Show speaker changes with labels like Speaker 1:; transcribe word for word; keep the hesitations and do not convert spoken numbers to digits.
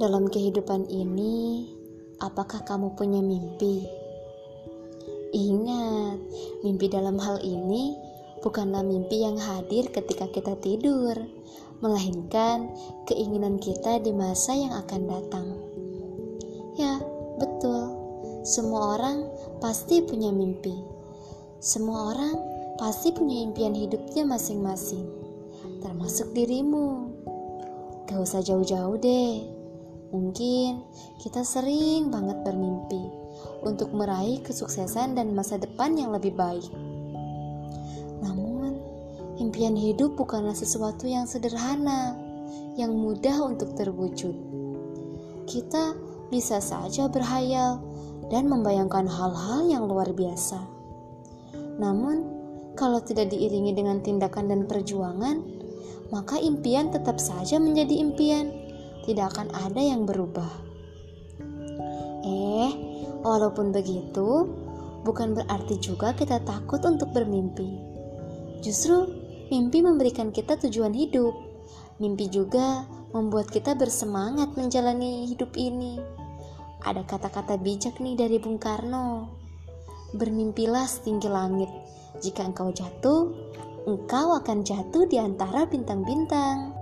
Speaker 1: Dalam kehidupan ini, apakah kamu punya mimpi? Ingat, mimpi dalam hal ini bukanlah mimpi yang hadir ketika kita tidur, melainkan keinginan kita di masa yang akan datang. Ya, betul. Semua orang pasti punya mimpi. Semua orang pasti punya impian hidupnya masing-masing, termasuk dirimu. Gak usah jauh-jauh deh. Mungkin kita sering banget bermimpi untuk meraih kesuksesan dan masa depan yang lebih baik. Namun, impian hidup bukanlah sesuatu yang sederhana, yang mudah untuk terwujud. Kita bisa saja berhayal dan membayangkan hal-hal yang luar biasa. Namun, kalau tidak diiringi dengan tindakan dan perjuangan, maka impian tetap saja menjadi impian. Tidak akan ada yang berubah. Eh, walaupun begitu, bukan berarti juga kita takut untuk bermimpi. Justru, mimpi memberikan kita tujuan hidup. Mimpi juga membuat kita bersemangat menjalani hidup ini. Ada kata-kata bijak nih dari Bung Karno. Bermimpilah setinggi langit. Jika engkau jatuh, engkau akan jatuh di antara bintang-bintang.